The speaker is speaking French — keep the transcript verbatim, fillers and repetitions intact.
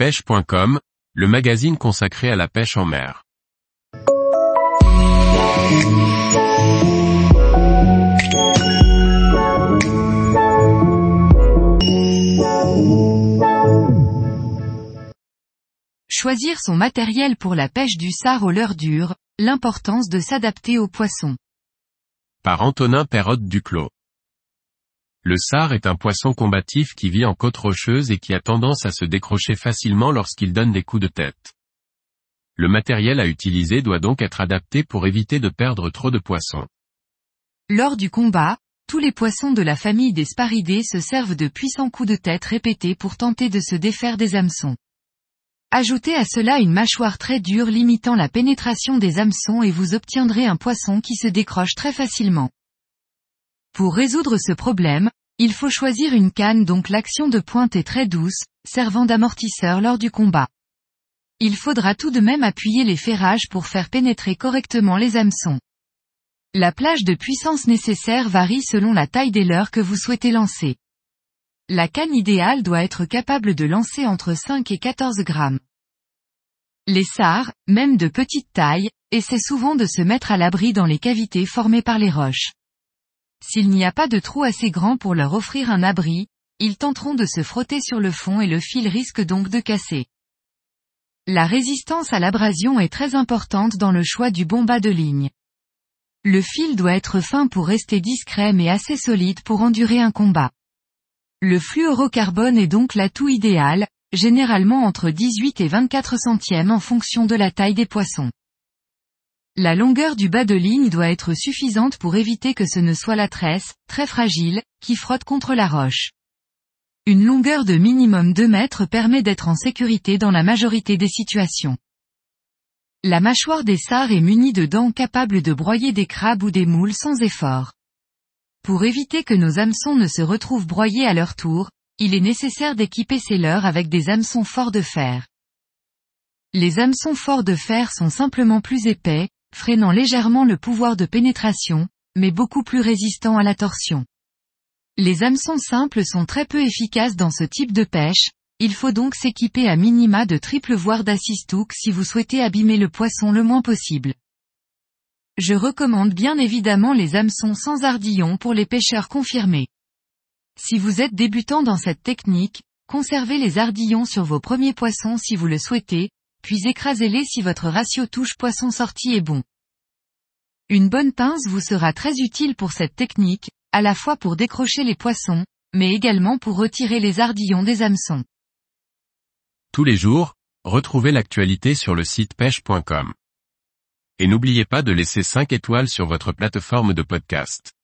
pêche point com, le magazine consacré à la pêche en mer. Choisir son matériel pour la pêche du sard au leurre dur, l'importance de s'adapter aux poissons. Par Antonin Perrotte Duclos. Le sard est un poisson combatif qui vit en côte rocheuse et qui a tendance à se décrocher facilement lorsqu'il donne des coups de tête. Le matériel à utiliser doit donc être adapté pour éviter de perdre trop de poissons. Lors du combat, tous les poissons de la famille des sparidés se servent de puissants coups de tête répétés pour tenter de se défaire des hameçons. Ajoutez à cela une mâchoire très dure limitant la pénétration des hameçons et vous obtiendrez un poisson qui se décroche très facilement. Pour résoudre ce problème, il faut choisir une canne dont l'action de pointe est très douce, servant d'amortisseur lors du combat. Il faudra tout de même appuyer les ferrages pour faire pénétrer correctement les hameçons. La plage de puissance nécessaire varie selon la taille des leurres que vous souhaitez lancer. La canne idéale doit être capable de lancer entre cinq et quatorze grammes. Les sards, même de petite taille, essaient souvent de se mettre à l'abri dans les cavités formées par les roches. S'il n'y a pas de trou assez grand pour leur offrir un abri, ils tenteront de se frotter sur le fond et le fil risque donc de casser. La résistance à l'abrasion est très importante dans le choix du bon bas de ligne. Le fil doit être fin pour rester discret mais assez solide pour endurer un combat. Le fluorocarbone est donc l'atout idéal, généralement entre dix-huit et vingt-quatre centièmes en fonction de la taille des poissons. La longueur du bas de ligne doit être suffisante pour éviter que ce ne soit la tresse, très fragile, qui frotte contre la roche. Une longueur de minimum deux mètres permet d'être en sécurité dans la majorité des situations. La mâchoire des sards est munie de dents capables de broyer des crabes ou des moules sans effort. Pour éviter que nos hameçons ne se retrouvent broyés à leur tour, il est nécessaire d'équiper ces leurres avec des hameçons forts de fer. Les hameçons forts de fer sont simplement plus épais, freinant légèrement le pouvoir de pénétration, mais beaucoup plus résistants à la torsion. Les hameçons simples sont très peu efficaces dans ce type de pêche, il faut donc s'équiper à minima de triple voire d'assist hook si vous souhaitez abîmer le poisson le moins possible. Je recommande bien évidemment les hameçons sans ardillon pour les pêcheurs confirmés. Si vous êtes débutant dans cette technique, conservez les ardillons sur vos premiers poissons si vous le souhaitez, puis écrasez-les si votre ratio touche poisson sorti est bon. Une bonne pince vous sera très utile pour cette technique, à la fois pour décrocher les poissons, mais également pour retirer les ardillons des hameçons. Tous les jours, retrouvez l'actualité sur le site pêche point com. Et n'oubliez pas de laisser cinq étoiles sur votre plateforme de podcast.